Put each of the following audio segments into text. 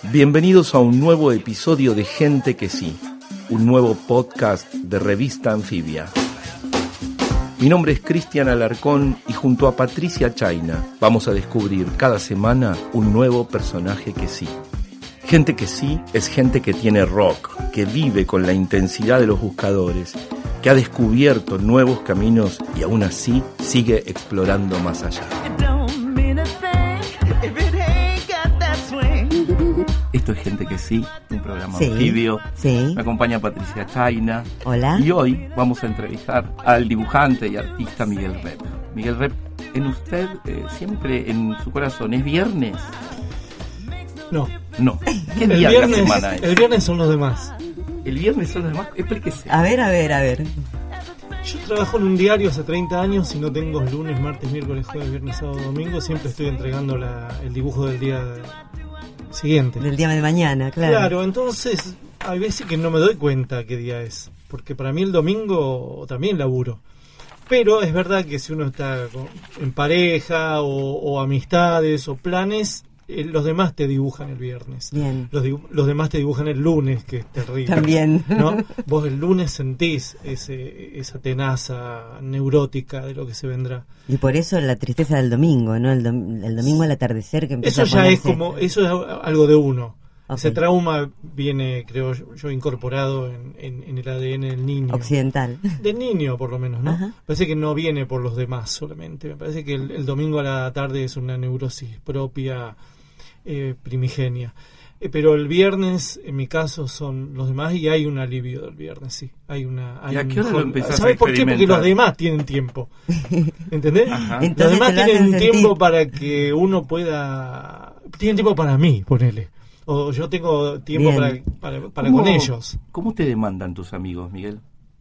Bienvenidos a un nuevo episodio de Gente que Sí, un nuevo podcast de Revista Anfibia. Mi nombre es Cristian Alarcón y junto a Patricia Chaina vamos a descubrir cada semana un nuevo personaje que sí. Gente que sí es gente que tiene rock, que vive con la intensidad de los buscadores, que ha descubierto nuevos caminos y aún así sigue explorando más allá. Esto es Gente que Sí, un programa anfibio. Sí. Me acompaña Patricia Chaina. Hola. Y hoy vamos a entrevistar al dibujante y artista Miguel Rep. Miguel Rep, en usted, siempre en su corazón, ¿es viernes? No. ¿Qué día de la semana es? El viernes son los demás. ¿El viernes son los demás? Explíquese. A ver. Yo trabajo en un diario hace 30 años y no tengo lunes, martes, miércoles, jueves, viernes, sábado, domingo. Siempre estoy entregando el dibujo del día siguiente. Del día de mañana, claro. Claro, entonces hay veces que no me doy cuenta qué día es. Porque para mí el domingo también laburo. Pero es verdad que si uno está en pareja o amistades o planes, los demás te dibujan el viernes. Bien. Los demás te dibujan el lunes, que es terrible. También. ¿No? Vos el lunes sentís esa tenaza neurótica de lo que se vendrá. Y por eso la tristeza del domingo, ¿no? El domingo al atardecer que empieza eso a ya ponerse... eso es algo de uno. Okay. Ese trauma viene, creo yo, incorporado en el ADN del niño. Occidental. Del niño, por lo menos, ¿no? Ajá. Parece que no viene por los demás solamente. Me parece que el domingo a la tarde es una neurosis propia, primigenia. Pero el viernes, en mi caso, son los demás y hay un alivio del viernes, sí. Hay ¿Y a qué hora lo empezás ¿Sabes a por qué? Porque experimentar? los demás tienen tiempo. ¿Entendés? Ajá. Los Entonces demás te lo tienen hacen tiempo sentir. para que uno pueda... Tienen tiempo para mí, ponele. O yo tengo tiempo Bien. para con ellos. ¿Cómo te demandan tus amigos, Miguel?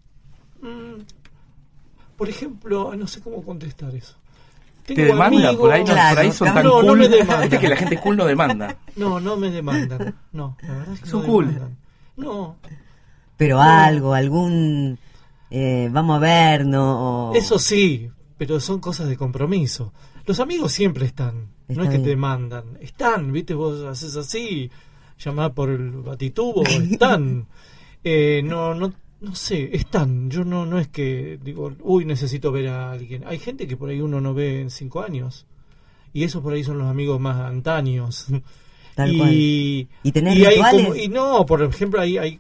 Por ejemplo, no sé cómo contestar eso. ¿Te Tengo demandan? amigos- Por ahí Claro, son no, tan no cool. me demandan. Viste que la gente cool no demanda. No me demandan. No, la verdad es que Son no cool. demandan. No, Pero algún... vamos a ver, ¿no? O... eso sí, pero son cosas de compromiso. Los amigos siempre están. Está No es que bien. te demandan. Están, viste, vos haces así, llamás por el batitubo, están. No sé, están. Yo no es que digo, necesito ver a alguien. Hay gente que por ahí uno no ve en 5 años. Y esos por ahí son los amigos más antaños. Tal cual. ¿Y tenés hay rituales? por ejemplo, hay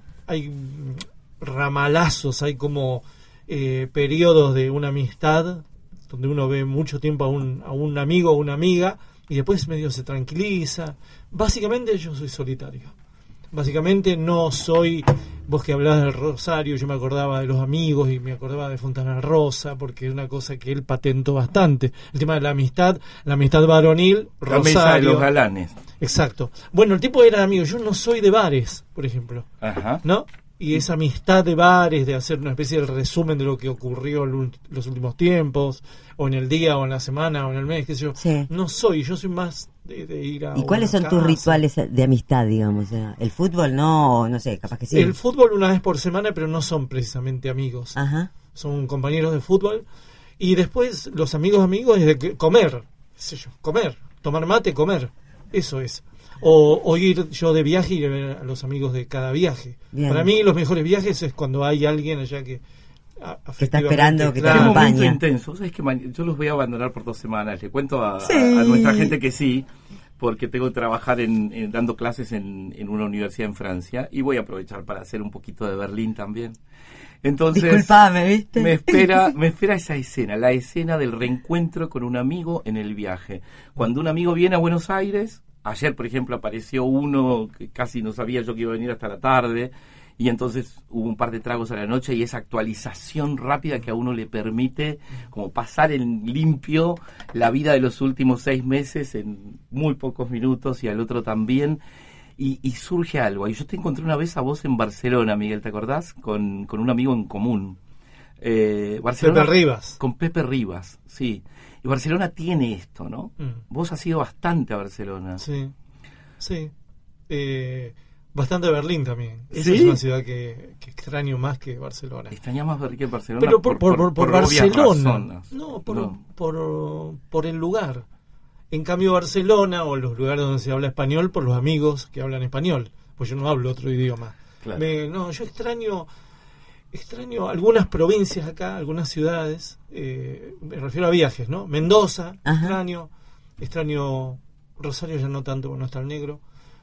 ramalazos, hay como periodos de una amistad donde uno ve mucho tiempo a un amigo o una amiga y después medio se tranquiliza. Básicamente yo soy solitario. Básicamente no soy... Vos que hablabas del Rosario, yo me acordaba de los amigos y me acordaba de Fontana Rosa, porque es una cosa que él patentó bastante. El tema de la amistad varonil, La Rosario. mesa de los galanes. Exacto. Bueno, el tipo era amigo. Yo no soy de bares, por ejemplo, Ajá. ¿no? Y esa amistad de bares, de hacer una especie de resumen de lo que ocurrió en los últimos tiempos, o en el día, o en la semana, o en el mes, qué sé yo. Sí. No soy, yo soy más de ir a ¿Y cuáles son una tus casa. rituales de amistad, digamos? O sea, ¿el fútbol no? O no sé, capaz que sí. El fútbol una vez por semana, pero no son precisamente amigos. Ajá. Son compañeros de fútbol. Y después los amigos es de comer, qué sé yo, comer, tomar mate, comer. Eso es. O ir yo de viaje y ver a los amigos de cada viaje. Bien. Para mí los mejores viajes es cuando hay alguien allá que está esperando que te Qué claro, acompañe. momento intenso. ¿Sabes que yo los voy a abandonar por 2 semanas? Le cuento a Sí. nuestra gente que sí, porque tengo que trabajar dando clases en una universidad en Francia y voy a aprovechar para hacer un poquito de Berlín también. Entonces, Disculpame, ¿viste? me espera esa escena, la escena del reencuentro con un amigo en el viaje. Cuando un amigo viene a Buenos Aires, ayer por ejemplo apareció uno que casi no sabía yo que iba a venir hasta la tarde, y entonces hubo un par de tragos a la noche y esa actualización rápida que a uno le permite como pasar en limpio la vida de los últimos 6 meses en muy pocos minutos y al otro también. Y surge algo. Y yo te encontré una vez a vos en Barcelona, Miguel, ¿te acordás? Con un amigo en común. Barcelona, Pepe Rivas. Con Pepe Rivas, sí. Y Barcelona tiene esto, ¿no? Vos has ido bastante a Barcelona. Sí. Bastante Berlín también. Esa ¿Sí? es una ciudad que extraño más que Barcelona. Extrañas más Berlín que Barcelona. Pero por obvias Barcelona. razones. No, por el lugar. En cambio Barcelona o los lugares donde se habla español por los amigos que hablan español, pues yo no hablo otro idioma. Claro. Yo extraño algunas provincias acá, algunas ciudades, me refiero a viajes, ¿no? Mendoza, Ajá. extraño Rosario ya no tanto, porque no está el negro.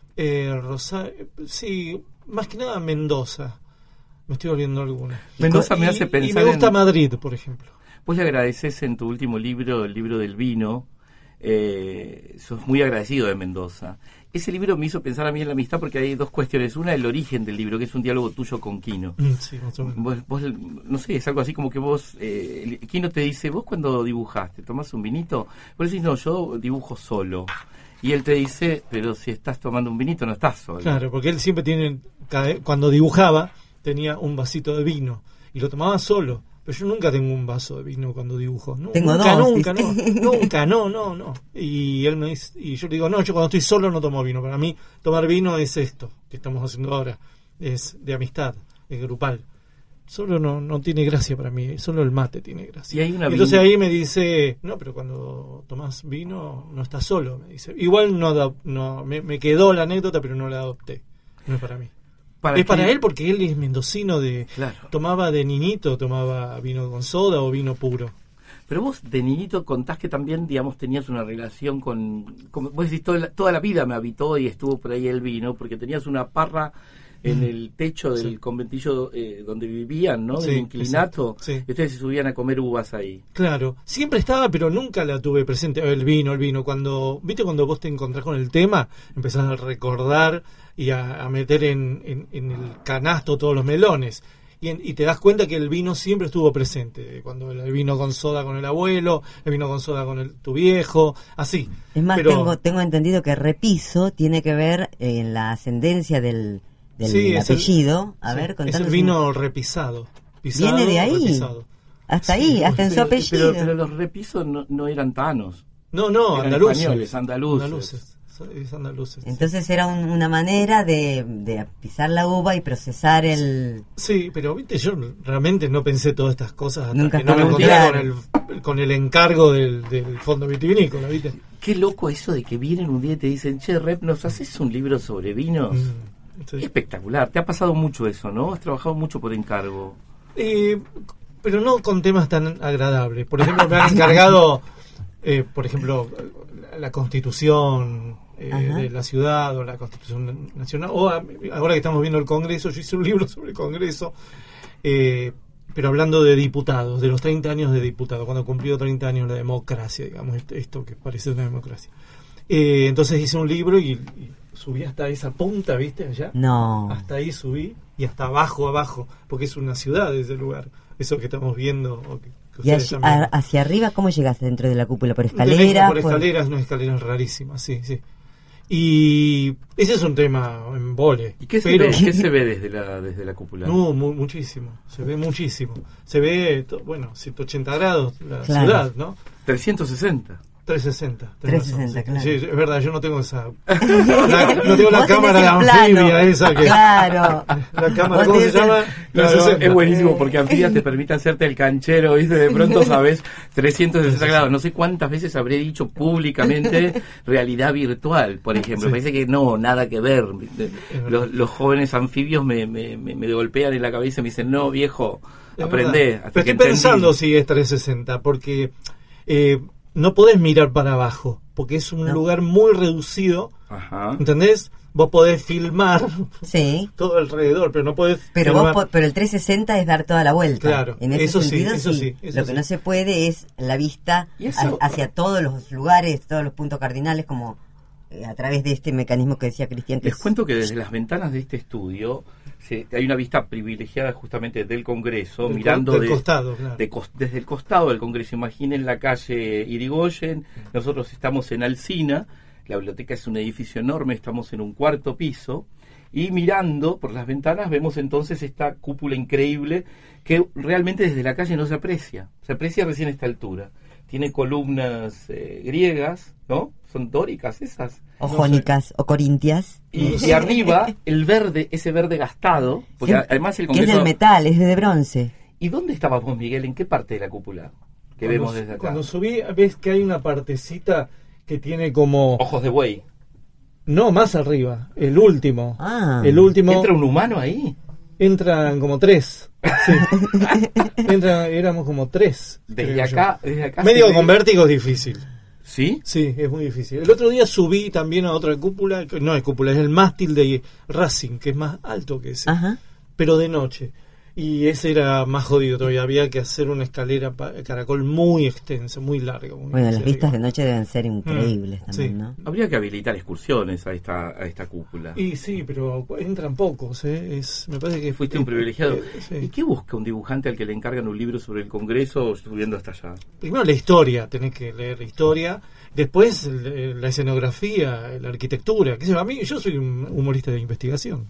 Sí, más que nada Mendoza. Me estoy volviendo alguna. Mendoza me hace Y pensar me gusta en... Madrid, por ejemplo. Vos le agradeces en tu último libro, el libro del vino, sos muy agradecido de Mendoza. Ese libro me hizo pensar a mí en la amistad porque hay dos cuestiones. Una, el origen del libro, que es un diálogo tuyo con Quino. Sí, más o menos. Vos, no sé, es algo así como que vos, Quino te dice, vos cuando dibujaste, tomás un vinito, vos decís, no, yo dibujo solo. Y él te dice, pero si estás tomando un vinito no estás solo. Claro, porque él siempre cuando dibujaba, tenía un vasito de vino y lo tomaba solo. Pero yo nunca tengo un vaso de vino cuando dibujo. No, Tengo nunca, dos, nunca, ¿viste? nunca, no. Y él me dice, y yo le digo, no, yo cuando estoy solo no tomo vino. Para mí, tomar vino es esto que estamos haciendo ahora. Es de amistad, es grupal. Solo no tiene gracia para mí, solo el mate tiene gracia. Y hay una Entonces ahí me dice, no, pero cuando tomás vino no estás solo, me dice. Igual me quedó la anécdota, pero no la adopté. No es para mí. Es para él porque él es mendocino Claro. tomaba de niñito, tomaba vino con soda o vino puro. Pero vos de niñito contás que también, digamos, tenías una relación con vos decís, toda la vida me habitó y estuvo por ahí el vino, porque tenías una parra en el techo del conventillo donde vivían, ¿no? Del inquilinato. Sí. Y ustedes se subían a comer uvas ahí. Claro, siempre estaba, pero nunca la tuve presente. El vino. Cuando vos te encontrás con el tema, empezás a recordar y a meter en el canasto todos los melones. Y te das cuenta que el vino siempre estuvo presente. Cuando el vino con soda con el abuelo, el vino con soda con tu viejo, así. Es más, Pero, tengo entendido que Repiso tiene que ver en la ascendencia del sí, apellido. A sí, ver, es contanos. el vino repisado. Pisado, ¿Viene de ahí? repisado. Hasta ahí, hasta en su apellido. Pero los repisos no eran tanos. No, Eran andaluces. españoles, andaluces. Es andaluces. Entonces era una manera de pisar la uva y procesar el... Sí, pero viste, yo realmente no pensé todas estas cosas hasta Nunca que no me estuvo encontré claro. con el encargo del fondo vitivinícola, ¿viste? Qué loco eso de que vienen un día y te dicen, che, Rep, ¿nos haces un libro sobre vinos? Sí. Espectacular. Te ha pasado mucho eso, ¿no? Has trabajado mucho por encargo. Pero no con temas tan agradables. Por ejemplo, me han encargado, por ejemplo, la Constitución de la ciudad o la Constitución Nacional. O ahora que estamos viendo el Congreso, yo hice un libro sobre el Congreso, pero hablando de diputados, de los 30 años de diputado, cuando cumplió 30 años la democracia, digamos, esto que parece una democracia. Entonces hice un libro y subí hasta esa punta, ¿viste? Allá. No. Hasta ahí subí y hasta abajo, porque es una ciudad ese lugar. Eso que estamos viendo. O que Y hacia arriba, ¿cómo llegaste dentro de la cúpula? ¿Por escaleras? Por escaleras, unas escaleras rarísimas, sí. Y ese es un tema en vole. ¿Y qué se ve desde la cúpula? No, muchísimo. Se ve muchísimo. Se ve, 180 grados la Claro. ciudad, ¿no? 360. 360. 360, claro. Sí, es verdad, yo no tengo esa... no tengo la Vos cámara tenés el anfibia plano. esa que... Claro. La cámara, Vos ¿cómo se tenés el- llama? Es buenísimo porque anfibias te permite hacerte el canchero, ¿viste? De pronto sabes 360 grados. No sé cuántas veces habré dicho públicamente realidad virtual, por ejemplo. Sí. Parece que no, nada que ver. Los jóvenes anfibios me golpean en la cabeza y me dicen, no, viejo, Es aprendé. verdad. Pero estoy pensando si es 360, porque no podés mirar para abajo, porque es un lugar muy reducido, Ajá. ¿entendés? Vos podés filmar Sí. todo alrededor, pero no podés Pero filmar. pero el 360 es dar toda la vuelta. Claro, En ese eso sí, sentido, eso sí, eso Lo que sí. no se puede es la vista ¿Y eso? hacia todos los lugares, todos los puntos cardinales, como a través de este mecanismo que decía Cristian. Les cuento que desde las ventanas de este estudio hay una vista privilegiada justamente del Congreso, mirando del costado, claro. desde el costado del Congreso. Imaginen la calle Irigoyen, nosotros estamos en Alsina, la biblioteca es un edificio enorme, estamos en un 4º piso, y mirando por las ventanas vemos entonces esta cúpula increíble que realmente desde la calle no se aprecia recién a esta altura. Tiene columnas griegas, ¿no? Son dóricas esas. O jónicas, o corintias. Y arriba, el verde, ese verde gastado, porque Sí, además el que es Congreso... del metal, es de bronce. ¿Y dónde estabas vos, Miguel? ¿En qué parte de la cúpula que vemos desde acá? Cuando subí, ves que hay una partecita que tiene como... Ojos de buey. No, más arriba, el último. Ah. El último. ¿Entra un humano ahí? Entran como 3. Sí. Éramos como 3. Desde acá Medio se con ve- vértigo es difícil. ¿Sí? Sí, es muy difícil. El otro día subí también a otra cúpula, que no es cúpula, es el mástil de Racing, que es más alto que ese, Ajá. pero de noche. Y ese era más jodido todavía, había que hacer una escalera caracol muy extensa, muy larga. Muy Bueno, las larga. vistas de noche deben ser increíbles también, sí. ¿no? Habría que habilitar excursiones a esta cúpula. Y sí, pero entran pocos, ¿eh? Me parece que Fuiste un privilegiado. sí. ¿Y qué busca un dibujante al que le encargan un libro sobre el Congreso subiendo hasta allá? Primero la historia, tenés que leer la historia. Después la escenografía, la arquitectura. ¿Qué sé yo? A mí, yo soy un humorista de investigación.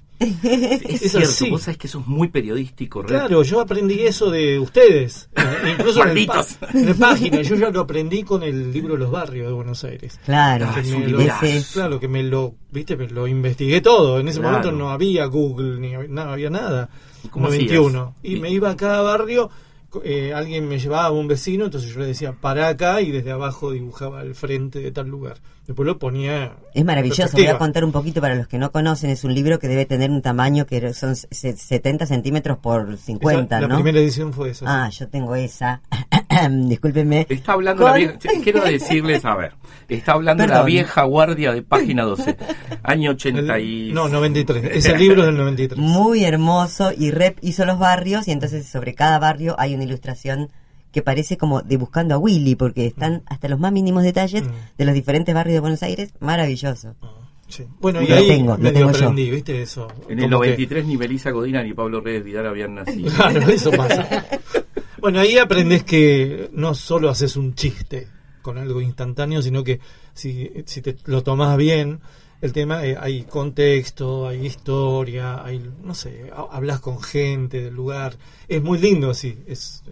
Es Es cierto, así. vos sabés que sos muy periodístico, ¿re? Claro, yo aprendí eso de ustedes. Incluso Malditos. en la página. Yo ya lo aprendí con el libro Los Barrios de Buenos Aires. Claro, Ah, es un me librazo. Claro, que me lo investigué todo. En ese Claro. momento no había Google, ni había nada. ¿Y cómo 91. hacías? Y me iba a cada barrio, alguien me llevaba, un vecino, entonces yo le decía para acá y desde abajo dibujaba el frente de tal lugar. Después lo ponía. es maravilloso. Voy perspectiva. a contar un poquito para los que no conocen. Es un libro que debe tener un tamaño que son 70 centímetros por 50, La ¿no? primera edición fue esa. Ah, yo tengo esa. Discúlpenme. Está hablando la vieja, quiero decirles, a ver, está hablando la Perdón. vieja guardia de página 12, año 80 y... No, 93. Ese libro es del 93. Muy hermoso. Y Rep hizo los barrios y entonces sobre cada barrio hay una ilustración que parece como de Buscando a Willy, porque están hasta los más mínimos detalles de los diferentes barrios de Buenos Aires. Maravilloso. Sí. Bueno, y Lo ahí tengo, lo medio tengo yo. aprendí, ¿viste? Eso. En el Como que- 93 ni Melissa Godina ni Pablo Reyes Vidal habían nacido. Claro, eso pasa. Bueno, ahí aprendes que no solo haces un chiste con algo instantáneo, sino que si te lo tomas bien, el tema, hay contexto, hay historia, hay, no sé, hablas con gente del lugar. Es muy lindo, sí, es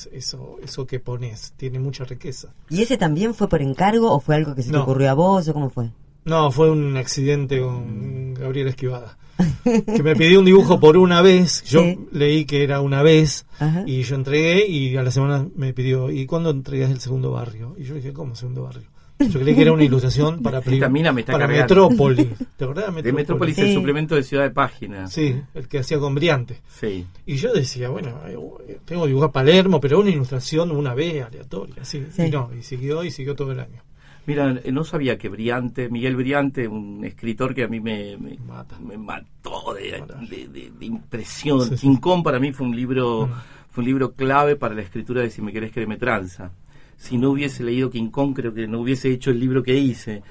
eso que pones, tiene mucha riqueza. ¿Y ese también fue por encargo o fue algo que se te No. ocurrió a vos o cómo fue? No, fue un accidente con Gabriel Esquivada. Que me pidió un dibujo por una vez. Yo Sí. leí que era una vez. Ajá. Y yo entregué. Y a la semana me pidió: ¿y cuándo entregas el segundo barrio? Y yo dije: ¿cómo segundo barrio? Yo creí que era una ilustración para, Esta mina me está para cargando. Metrópoli. ¿Te acordás De Metrópolis, el Sí. suplemento de Ciudad de Página. Sí, el que hacía con Briante. Sí. Y yo decía: bueno, tengo que dibujar Palermo, pero una ilustración una vez aleatoria. Así. Sí. Y no, y siguió todo el año. Mira, no sabía que Miguel Briante, un escritor que a mí me Mata. mató de impresión. Sí, sí. King Kong para mí fue un libro clave para la escritura de Si me querés que me tranza. Si no hubiese leído King Kong, creo que no hubiese hecho el libro que hice.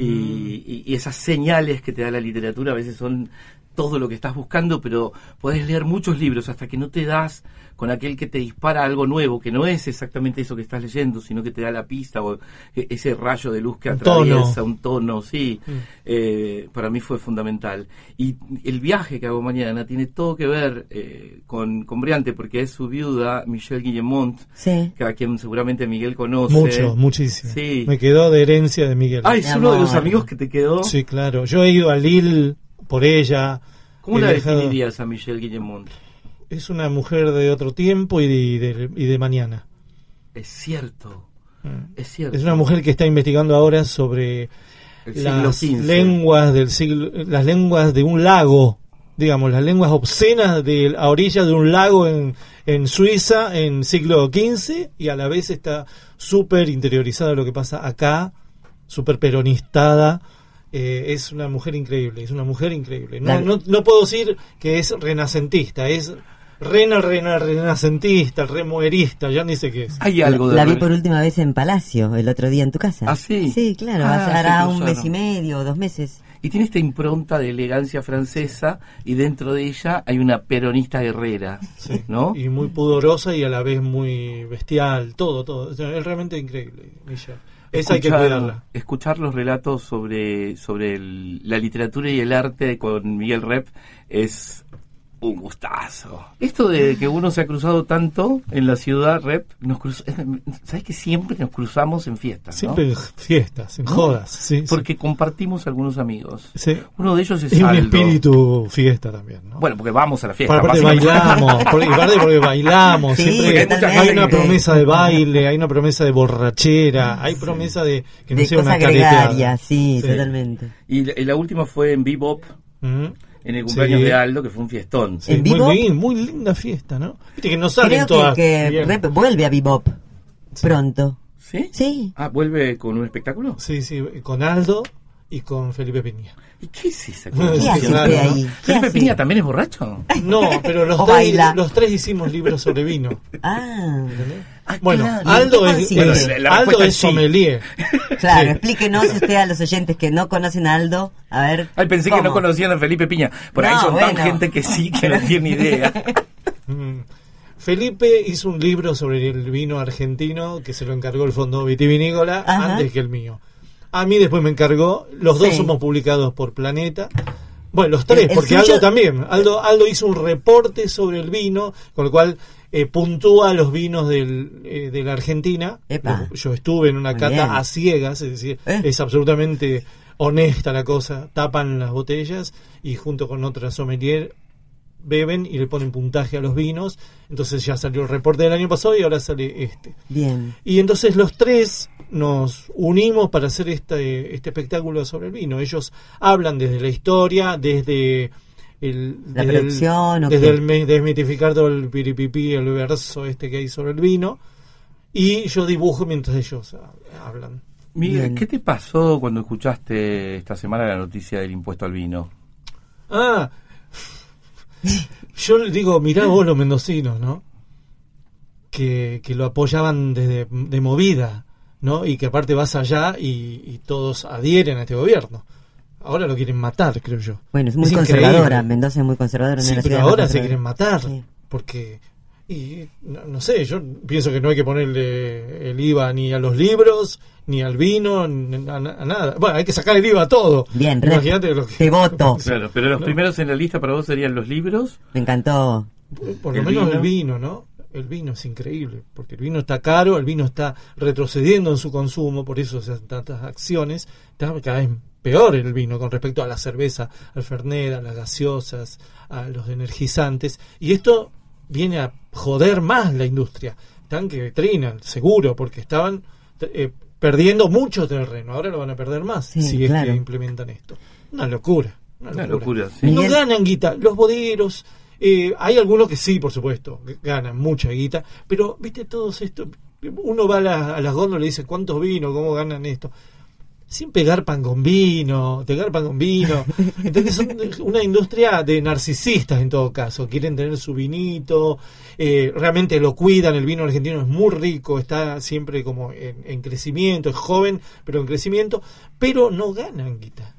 Y esas señales que te da la literatura a veces son todo lo que estás buscando, pero podés leer muchos libros hasta que no te das con aquel que te dispara algo nuevo, que no es exactamente eso que estás leyendo, sino que te da la pista o ese rayo de luz que Un atraviesa, tono. un tono, sí. Para mí fue fundamental. Y el viaje que hago mañana tiene todo que ver con Briante, porque es su viuda, Michelle Guillemont, Sí. que a quien seguramente Miguel conoce. Muchísimo. Sí. Me quedó de herencia de Miguel. Ah, es Mi uno de los amor. amigos que te quedó. Sí, claro. Yo he ido a Lille por ella. ¿Cómo He la viajado- definirías a Michelle Guillemont? Es una mujer de otro tiempo y de mañana. Es cierto, Mm. es cierto. Es una mujer que está investigando ahora sobre El siglo las XV. lenguas del siglo, las lenguas de un lago, digamos, las lenguas obscenas de a orilla de un lago en Suiza en siglo XV, y a la vez está súper interiorizada de lo que pasa acá, súper peronistada. Es una mujer increíble, es una mujer increíble. No puedo decir que es renacentista, es renacentista, remoerista, ya ni sé qué es. Hay algo de... La vi por última vez en Palacio el otro día en tu casa. ¿Ah, sí? Sí, claro. Ah, hará se un cruzaron. mes y medio o 2 meses. Y tiene esta impronta de elegancia francesa y dentro de ella hay una peronista guerrera, Sí, ¿no? y muy pudorosa y a la vez muy bestial, todo. O sea, es realmente increíble, Michelle. Esa hay que cuidarla. Escuchar los relatos sobre la literatura y el arte con Miguel Rep es Un gustazo. Esto de que uno se ha cruzado tanto en la ciudad, Rep, ¿sabes que siempre nos cruzamos en fiestas? Siempre en fiestas, en jodas. Sí, porque compartimos algunos amigos. Sí. Uno de ellos es y un Aldo. espíritu fiesta también, ¿no? Bueno, porque vamos a la fiesta. Aparte bailamos, porque bailamos. Sí, siempre hay una promesa de baile, hay una promesa de borrachera, hay promesa de que no de sea cosa una careteada. gregaria, sí, totalmente. Y la última fue en Bebop. En el cumpleaños de Aldo, que fue un fiestón. Sí, muy linda fiesta, ¿no? Viste que no salen Creo todas. que Rep vuelve a Bebop pronto. ¿Sí? Sí. Ah, ¿vuelve con un espectáculo? Sí, con Aldo y con Felipe Piña. ¿Y qué es esa ¿Qué hace usted ahí? ¿Felipe Piña también es borracho? No, pero los tres hicimos libros sobre vino. Ah. Bueno, claro. Aldo Aldo es sommelier. Claro, explíquenos usted a los oyentes que no conocen a Aldo. A ver. Ay, pensé que no conocían a Felipe Piña. Por ahí son tan gente que sí, que no tiene idea. Felipe hizo un libro sobre el vino argentino que se lo encargó el Fondo Vitivinícola antes que el mío. A mí después me encargó, los dos somos publicados por Planeta. Bueno, los tres, porque Aldo también. Aldo hizo un reporte sobre el vino, con lo cual puntúa los vinos de la Argentina. Yo estuve en una cata a ciegas, es decir, es absolutamente honesta la cosa. Tapan las botellas y junto con otra sommelier beben y le ponen puntaje a los vinos. Entonces ya salió el reporte del año pasado y ahora sale este. Bien. Y entonces los tres nos unimos para hacer este espectáculo sobre el vino. Ellos hablan desde la historia, desde la producción, desde el desmitificar todo el piripipí, el verso que hay sobre el vino, y yo dibujo mientras ellos hablan. Miguel, ¿qué te pasó cuando escuchaste esta semana la noticia del impuesto al vino? Yo le digo, mirá vos los mendocinos, ¿no? Que lo apoyaban de movida, ¿no? Y que aparte vas allá y todos adhieren a este gobierno. Ahora lo quieren matar, creo yo. Bueno, es muy conservadora, increíble. Mendoza es muy conservadora. Sí, pero ahora se quieren matar, porque... Y no sé, yo pienso que no hay que ponerle el IVA ni a los libros, ni al vino, a nada. Bueno, hay que sacar el IVA a todo. Bien, te voto. Claro, pero los primeros en la lista para vos serían los libros. Me encantó. Por lo menos el vino, ¿no? El vino es increíble, porque el vino está caro, el vino está retrocediendo en su consumo, por eso se hacen tantas acciones. Está cada vez peor el vino con respecto a la cerveza, al fernet, a las gaseosas, a los energizantes. Y esto viene a joder más la industria. Están que trinan, seguro, porque estaban perdiendo mucho terreno. Ahora lo van a perder más si es que implementan esto. Una locura. Una locura, sí. No ganan guita. Los bodegueros, hay algunos que sí, por supuesto, ganan mucha guita, pero, viste, todos estos... Uno va a las góndolas y dice, ¿cuántos vinos? ¿Cómo ganan esto? Sin pegar pan con vino. Entonces son una industria de narcisistas en todo caso. Quieren tener su vinito, realmente lo cuidan. El vino argentino es muy rico, está siempre como en crecimiento, es joven, pero en crecimiento, pero no ganan guita.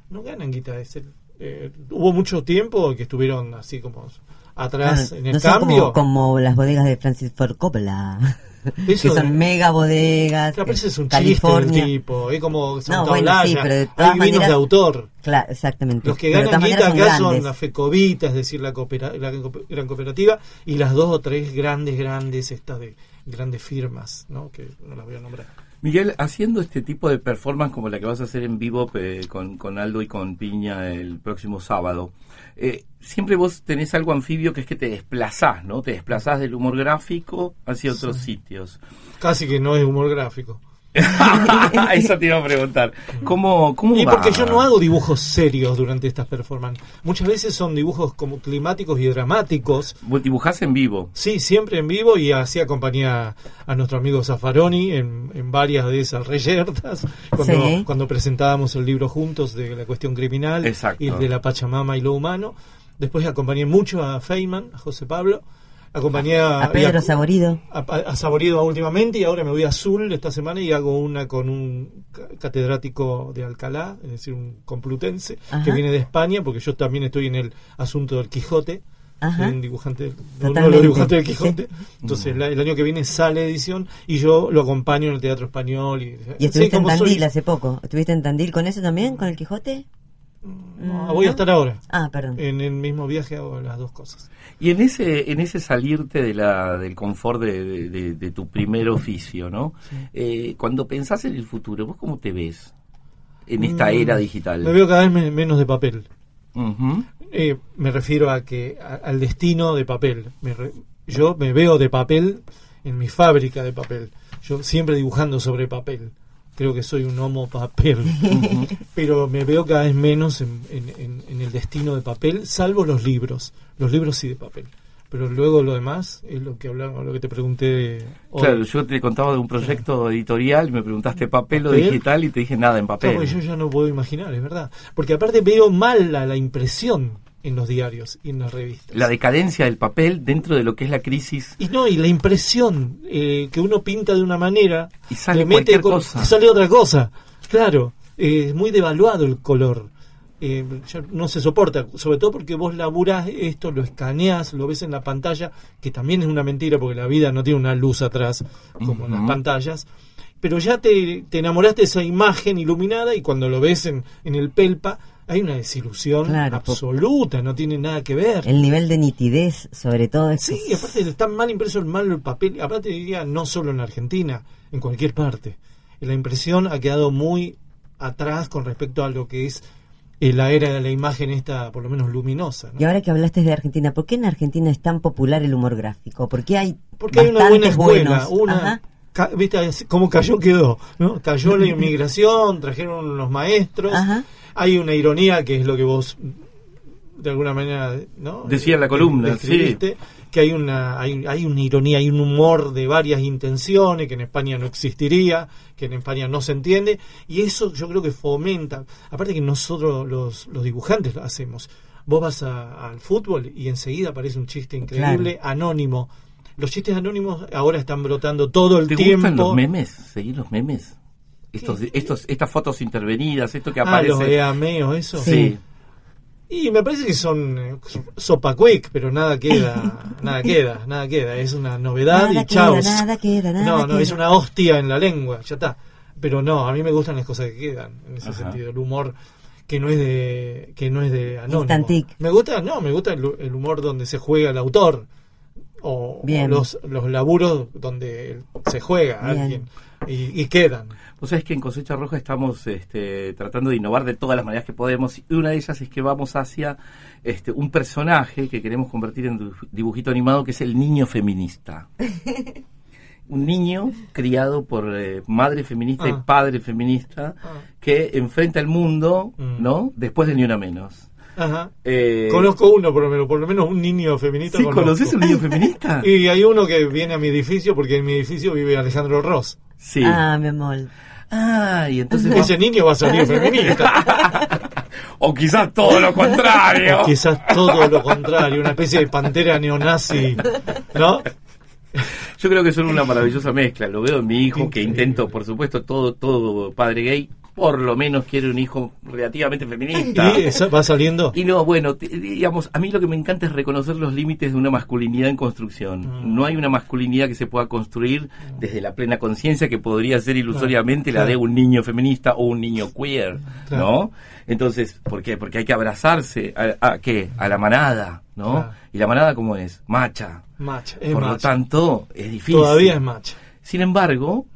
Hubo mucho tiempo que estuvieron así como atrás en el cambio. Como las bodegas de Francis Ford Coppola. Que son mega bodegas. Claro, ese es un California. Chiste del tipo, es como Santa bueno, Olalla. Sí, pero de hay vinos maneras, de autor. Claro, exactamente. Los que ganan guita acá son la Fecovita, es decir, la gran cooperativa, y las dos o tres grandes estas de grandes firmas, ¿no? Que no las voy a nombrar. Miguel, haciendo este tipo de performance como la que vas a hacer en vivo con Aldo y con Piña el próximo sábado, siempre vos tenés algo anfibio que es que te desplazás, ¿no? Te desplazás del humor gráfico hacia otros sitios. Casi que no es humor gráfico. Eso te iba a preguntar. ¿Cómo y va? porque yo no hago dibujos serios durante estas performances. Muchas veces son dibujos como climáticos y dramáticos. ¿Vos dibujás en vivo? Sí, siempre en vivo, y así acompañé a nuestro amigo Zaffaroni en varias de esas reyertas cuando presentábamos el libro juntos de la cuestión criminal. Exacto. Y el de la Pachamama y lo humano. Después acompañé mucho a Feynman, a José Pablo. Acompañé a Pedro Saborido. A Saborido últimamente, y ahora me voy a Azul esta semana y hago una con un catedrático de Alcalá, es decir, un complutense, que viene de España, porque yo también estoy en el asunto del Quijote. Soy un dibujante, uno de los dibujantes del Quijote. Entonces el año que viene sale edición y yo lo acompaño en el Teatro Español. ¿Y estuviste en Tandil hace poco? ¿Estuviste en Tandil con eso también, con el Quijote? No, voy a estar ahora. Perdón. En el mismo viaje hago las dos cosas. Y en ese salirte del confort de tu primer oficio, ¿no? Sí. Cuando pensás en el futuro, ¿vos cómo te ves en esta era digital? Me veo cada vez menos de papel. Uh-huh. Me refiero al destino de papel. Yo me veo de papel en mi fábrica de papel. Yo siempre dibujando sobre papel. Creo que soy un homo papel. Uh-huh. Pero me veo cada vez menos en el destino de papel, salvo los libros. Los libros sí de papel. Pero luego lo demás es lo que hablamos, lo que te pregunté hoy. Claro, yo te contaba de un proyecto editorial, me preguntaste papel o digital y te dije nada en papel. Claro, yo ya no puedo imaginar, es verdad. Porque aparte veo mal la impresión en los diarios y en las revistas. La decadencia del papel dentro de lo que es la crisis. Y la impresión que uno pinta de una manera y sale cualquier cosa. Y sale otra cosa. Claro, es muy devaluado el color. Ya no se soporta, sobre todo porque vos laburás esto, lo escaneás, lo ves en la pantalla, que también es una mentira porque la vida no tiene una luz atrás como en las pantallas, pero ya te enamoraste de esa imagen iluminada y cuando lo ves en el Pelpa hay una desilusión absoluta, no tiene nada que ver. El nivel de nitidez, sobre todo. Sí, aparte está mal impreso el papel, aparte diría no solo en Argentina, en cualquier parte. La impresión ha quedado muy atrás con respecto a lo que es la era de la imagen esta, por lo menos luminosa, ¿no? Y ahora que hablaste de Argentina, ¿por qué en Argentina es tan popular el humor gráfico? Porque hay una buena escuela, ¿viste? Como cayó quedó, ¿no? Cayó la inmigración, trajeron los maestros. Ajá. Hay una ironía que es lo que vos de alguna manera, ¿no? Decía en la columna, sí. Que hay una ironía, hay un humor de varias intenciones que en España no existiría, que en España no se entiende, y eso yo creo que fomenta, aparte que nosotros los dibujantes lo hacemos. Vos vas al fútbol y enseguida aparece un chiste increíble, anónimo. Los chistes anónimos ahora están brotando todo el tiempo. ¿Te gustan los memes? ¿Seguir los memes? Estas fotos intervenidas, esto que aparece. Los EAMEos, eso. Sí. Y me parece que son sopa quick, pero nada queda. Es una novedad y chao. Nada queda. Es una hostia en la lengua, ya está. Pero no, a mí me gustan las cosas que quedan, en ese sentido. El humor que no es de anónimo. Instantic. Me gusta el humor donde se juega el autor. O los laburos donde se juega alguien y quedan. Vos sabés que en Cosecha Roja estamos tratando de innovar de todas las maneras que podemos, y una de ellas es que vamos hacia un personaje que queremos convertir en dibujito animado, que es el niño feminista. Un niño criado por madre feminista y padre feminista que enfrenta el mundo, ¿no? Después de Ni Una Menos. Ajá. Conozco uno, por lo menos un niño feminista. ¿Sí conoces un niño feminista? Y hay uno que viene a mi edificio, porque en mi edificio vive Alejandro Ross. Sí. Mi amor. Y entonces ese niño va a salir feminista. O quizás todo lo contrario. Una especie de pantera neonazi, ¿no? Yo creo que son una maravillosa mezcla. Lo veo en mi hijo, que intento, por supuesto, todo padre gay por lo menos quiere un hijo relativamente feminista. ¿Y eso va saliendo? Y no, bueno, digamos, a mí lo que me encanta es reconocer los límites de una masculinidad en construcción. No hay una masculinidad que se pueda construir desde la plena conciencia, que podría ser ilusoriamente la de un niño feminista o un niño queer, ¿no? Entonces, ¿por qué? Porque hay que abrazarse a ¿qué? A la manada, ¿no? Claro. ¿Y la manada cómo es? Macha. Por lo tanto, es difícil. Todavía es macha. Sin embargo,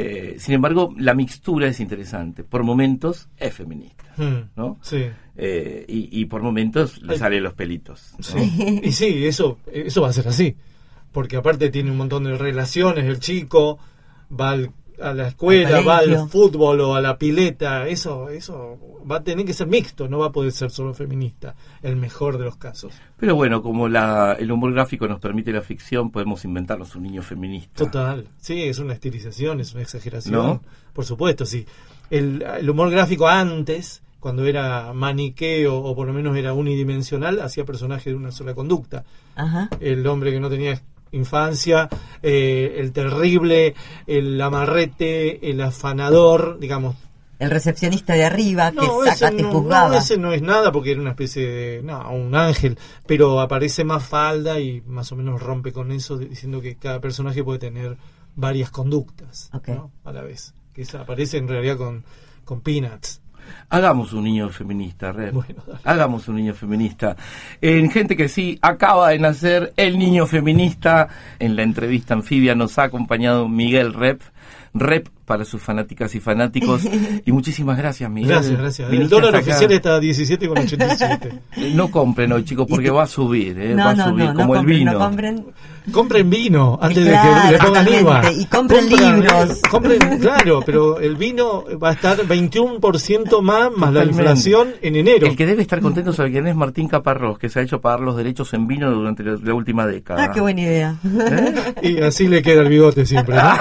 la mixtura es interesante. Por momentos es feminista, ¿no? Sí. Y por momentos le salen los pelitos, ¿no? Sí. Y sí, eso va a ser así. Porque aparte tiene un montón de relaciones. El chico va a la escuela, va al fútbol o a la pileta. Eso va a tener que ser mixto, no va a poder ser solo feminista, el mejor de los casos. Pero bueno, como el humor gráfico nos permite la ficción, podemos inventarnos un niño feminista. Total, sí, es una estilización, es una exageración, ¿no? Por supuesto, sí. El humor gráfico antes, cuando era maniqueo o por lo menos era unidimensional, hacía personajes de una sola conducta. Ajá. El hombre que no tenía infancia, el terrible, el amarrete, el afanador, digamos. El recepcionista de arriba que saca, te juzgaba. No, ese no es nada porque era una especie de... un ángel, pero aparece más falda y más o menos rompe con eso, diciendo que cada personaje puede tener varias conductas, ¿no? A la vez. Que aparece en realidad con Peanuts. Hagamos un niño feminista, Rep. Bueno, dale. Hagamos un niño feminista. En Gente que Sí, acaba de nacer el niño feminista. En la entrevista anfibia nos ha acompañado Miguel Rep. Rep para sus fanáticas y fanáticos. Y muchísimas gracias, Miguel. Gracias. El Viniste dólar hasta acá. oficial está a 17,87. No compren hoy, chicos, porque va a subir, va a subir, como el compren, vino. no compren. Compren vino antes de Claro, que le pongan totalmente. IVA. Y compren libros. Compren, claro, pero el vino va a estar 21% más la Totalmente. inflación en enero. El que debe estar contento, ¿sabe quién es? Martín Caparrós, que se ha hecho pagar los derechos en vino durante la última década. Ah, qué buena idea. Y así le queda el bigote siempre, ¿no?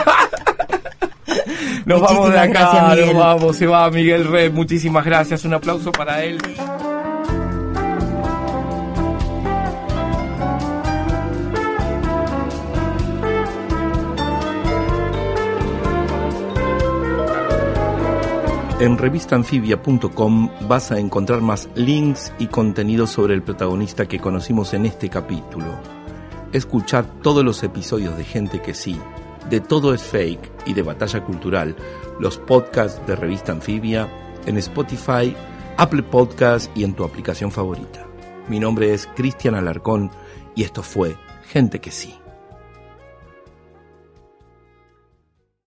Nos vamos de Muchísimas acá, gracias, Miguel. nos vamos, se va Miguel Rep, muchísimas gracias, un aplauso para él. En revistaanfibia.com vas a encontrar más links y contenidos sobre el protagonista que conocimos en este capítulo. Escuchar todos los episodios de Gente que Sí, de Todo es Fake y de Batalla Cultural, los podcasts de Revista Anfibia, en Spotify, Apple Podcasts y en tu aplicación favorita. Mi nombre es Cristian Alarcón y esto fue Gente que Sí.